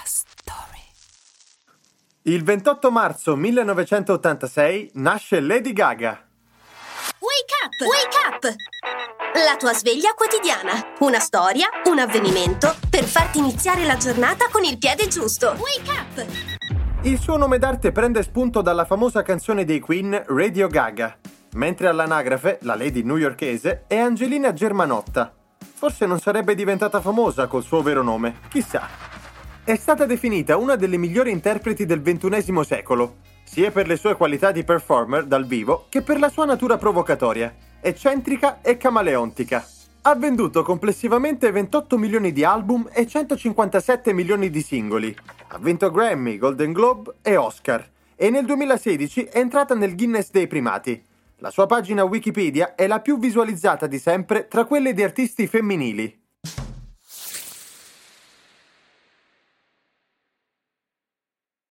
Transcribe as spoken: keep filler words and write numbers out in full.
story. Il ventotto marzo millenovecentottantasei nasce Lady Gaga. Wake up! Wake up! La tua sveglia quotidiana. Una storia, un avvenimento per farti iniziare la giornata con il piede giusto. Wake up! Il suo nome d'arte prende spunto dalla famosa canzone dei Queen Radio Gaga, mentre all'anagrafe la lady newyorkese è Angelina Germanotta. Forse non sarebbe diventata famosa col suo vero nome, chissà. È stata definita una delle migliori interpreti del ventunesimo secolo, sia per le sue qualità di performer dal vivo che per la sua natura provocatoria, eccentrica e camaleontica. Ha venduto complessivamente ventotto milioni di album e centocinquantasette milioni di singoli. Ha vinto Grammy, Golden Globe e Oscar e nel duemilasedici è entrata nel Guinness dei primati. La sua pagina Wikipedia è la più visualizzata di sempre tra quelle di artisti femminili.